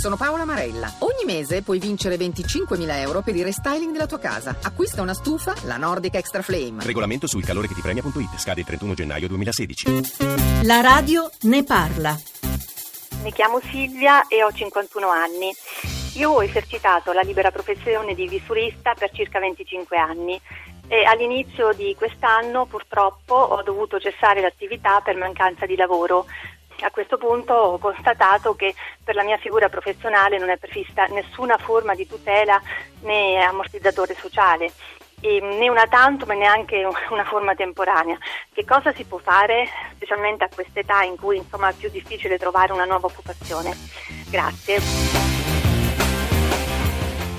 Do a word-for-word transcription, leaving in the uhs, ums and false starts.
Sono Paola Marella. Ogni mese puoi vincere venticinquemila euro per il restyling della tua casa. Acquista una stufa, la Nordic Extra Flame. Regolamento sul calore che ti premia punto it. Scade il trentuno gennaio duemilasedici. La radio ne parla. Mi chiamo Silvia e ho cinquantuno anni. Io ho esercitato la libera professione di visurista per circa venticinque anni e all'inizio di quest'anno purtroppo ho dovuto cessare l'attività per mancanza di lavoro. A questo punto ho constatato che per la mia figura professionale non è prevista nessuna forma di tutela né ammortizzatore sociale, e né una tantum e neanche una forma temporanea. Che cosa si può fare, specialmente a quest'età in cui insomma è più difficile trovare una nuova occupazione? Grazie.